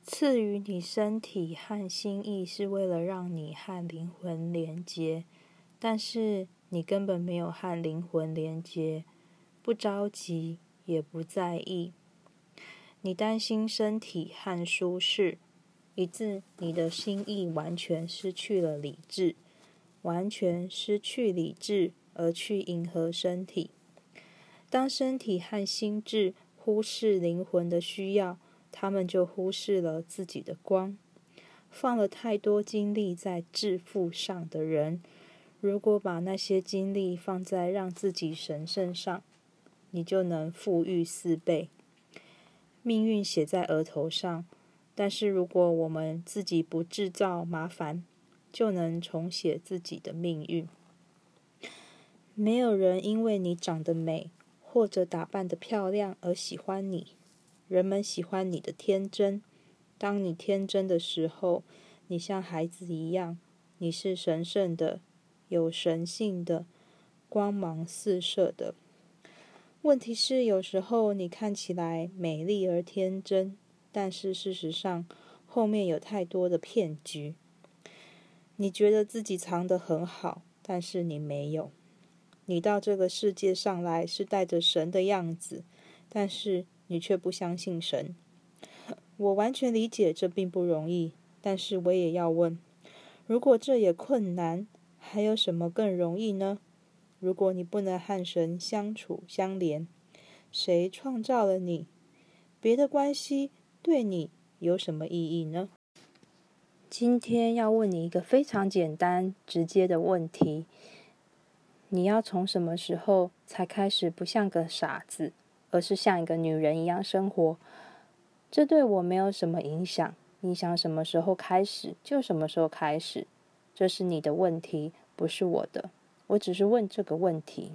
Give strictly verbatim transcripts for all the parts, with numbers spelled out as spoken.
赐予你身体和心意是为了让你和灵魂连接，但是你根本没有和灵魂连接，不着急也不在意。你担心身体和舒适，以致你的心意完全失去了理智，完全失去理智而去迎合身体。当身体和心智忽视灵魂的需要，他们就忽视了自己的光。放了太多精力在致富上的人，如果把那些精力放在让自己神圣上，你就能富裕四倍。命运写在额头上，但是如果我们自己不制造麻烦，就能重写自己的命运。没有人因为你长得美或者打扮得漂亮而喜欢你，人们喜欢你的天真。当你天真的时候，你像孩子一样，你是神圣的，有神性的，光芒四射的。问题是，有时候你看起来美丽而天真，但是事实上后面有太多的骗局。你觉得自己藏得很好，但是你没有。你到这个世界上来是带着神的样子，但是你却不相信神。我完全理解这并不容易，但是我也要问，如果这也困难，还有什么更容易呢？如果你不能和神相处相连，谁创造了你？别的关系对你有什么意义呢？今天要问你一个非常简单直接的问题，你要从什么时候才开始不像个傻子，而是像一个女人一样生活？这对我没有什么影响，你想什么时候开始就什么时候开始，这是你的问题，不是我的。我只是问这个问题，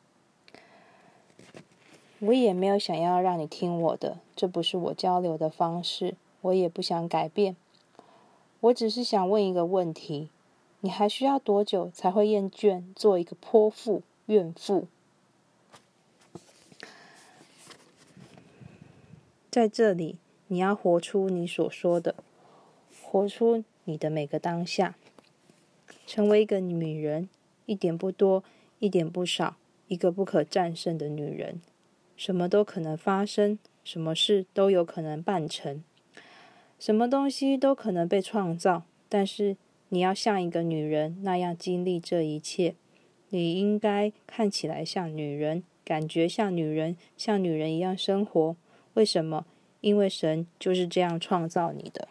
我也没有想要让你听我的，这不是我交流的方式，我也不想改变。我只是想问一个问题，你还需要多久才会厌倦做一个泼妇、怨妇？在这里，你要活出你所说的，活出你的每个当下，成为一个女人，一点不多，一点不少，一个不可战胜的女人。什么都可能发生，什么事都有可能办成，什么东西都可能被创造，但是你要像一个女人那样经历这一切。你应该看起来像女人，感觉像女人，像女人一样生活。为什么？因为神就是这样创造你的。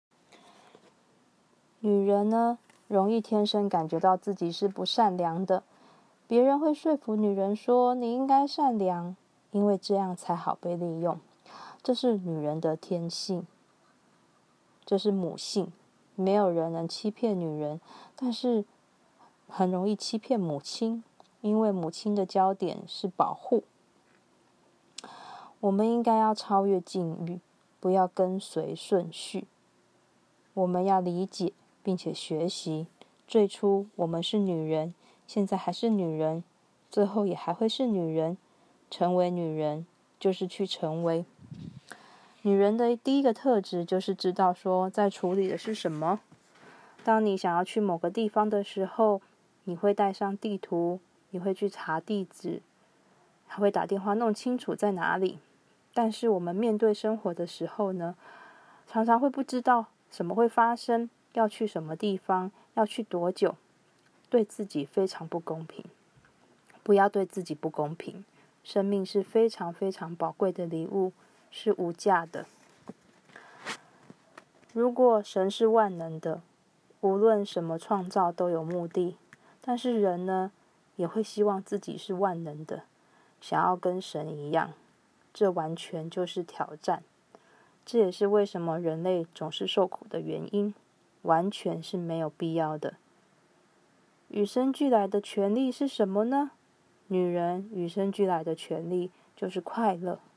女人呢，容易天生感觉到自己是不善良的，别人会说服女人说你应该善良，因为这样才好被利用。这是女人的天性，这是母性。没有人能欺骗女人，但是很容易欺骗母亲，因为母亲的焦点是保护。我们应该要超越境遇，不要跟随顺序。我们要理解并且学习，最初我们是女人，现在还是女人，最后也还会是女人。成为女人就是去成为。女人的第一个特质就是知道说在处理的是什么。当你想要去某个地方的时候，你会带上地图，你会去查地址，还会打电话弄清楚在哪里。但是我们面对生活的时候呢，常常会不知道什么会发生，要去什么地方，要去多久，对自己非常不公平。不要对自己不公平，生命是非常非常宝贵的礼物，是无价的。如果神是万能的，无论什么创造都有目的，但是人呢，也会希望自己是万能的，想要跟神一样，这完全就是挑战。这也是为什么人类总是受苦的原因，完全是没有必要的。与生俱来的权利是什么呢？女人与生俱来的权利就是快乐。